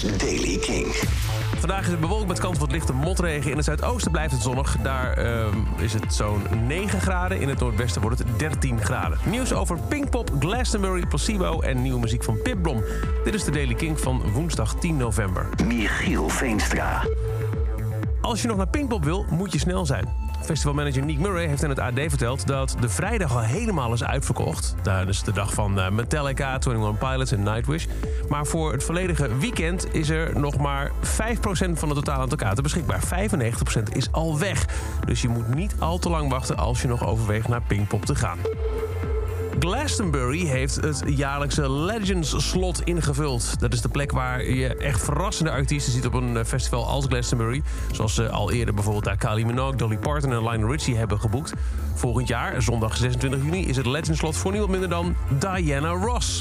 Daily King. Vandaag is het bewolkt met kans op wat lichte motregen. In het zuidoosten blijft het zonnig. Daar is het zo'n 9 graden. In het noordwesten wordt het 13 graden. Nieuws over Pinkpop, Glastonbury, Placebo en nieuwe muziek van Pip Blom. Dit is de Daily King van woensdag 10 november. Michiel Veenstra. Als je nog naar Pinkpop wil, moet je snel zijn. Festivalmanager Nick Murray heeft aan het AD verteld dat de vrijdag al helemaal is uitverkocht. Dat is de dag van Metallica, 21 Pilots en Nightwish. Maar voor het volledige weekend is er nog maar 5% van het totaal aantal kaarten beschikbaar. 95% is al weg. Dus je moet niet al te lang wachten als je nog overweegt naar Pinkpop te gaan. Glastonbury heeft het jaarlijkse Legends-slot ingevuld. Dat is de plek waar je echt verrassende artiesten ziet op een festival als Glastonbury. Zoals al eerder bijvoorbeeld daar Kylie Minogue, Dolly Parton en Lionel Richie hebben geboekt. Volgend jaar, zondag 26 juni, is het Legends-slot voor niemand minder dan Diana Ross.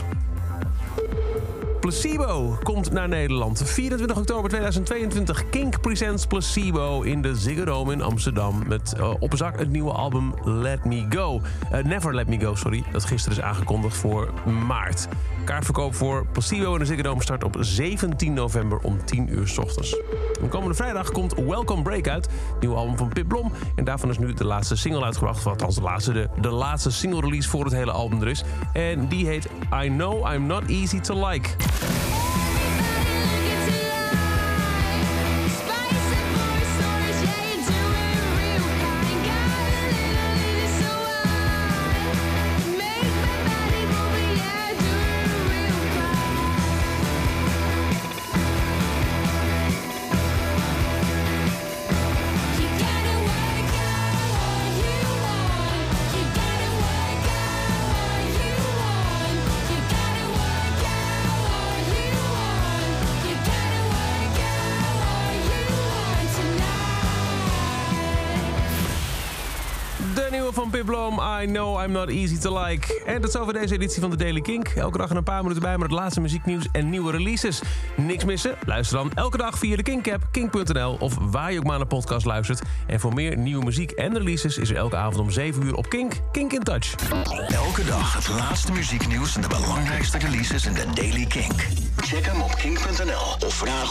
Placebo komt naar Nederland. 24 oktober 2022. Kink presents Placebo in de Ziggo Dome in Amsterdam. Met op zak het nieuwe album Let Me Go. Never Let Me Go, sorry. Dat gisteren is aangekondigd voor maart. Kaartverkoop voor Placebo in de Ziggo Dome start op 17 november om 10 uur 's ochtends. En komende vrijdag komt Welcome Break uit. Nieuwe album van Pip Blom. En daarvan is nu de laatste single uitgebracht. Althans, de laatste single release voor het hele album er is. En die heet I Know I'm Not Easy to Like. De nieuwe van Pip Blom, I Know I'm Not Easy to Like. En tot zover deze editie van de Daily Kink. Elke dag een paar minuten bij met het laatste muzieknieuws en nieuwe releases. Niks missen? Luister dan elke dag via de Kink-app, kink.nl of waar je ook maar naar podcast luistert. En voor meer nieuwe muziek en releases is er elke avond om 7 uur op Kink in Touch. Elke dag het laatste muzieknieuws en de belangrijkste releases in de Daily Kink. Check hem op kink.nl of vraag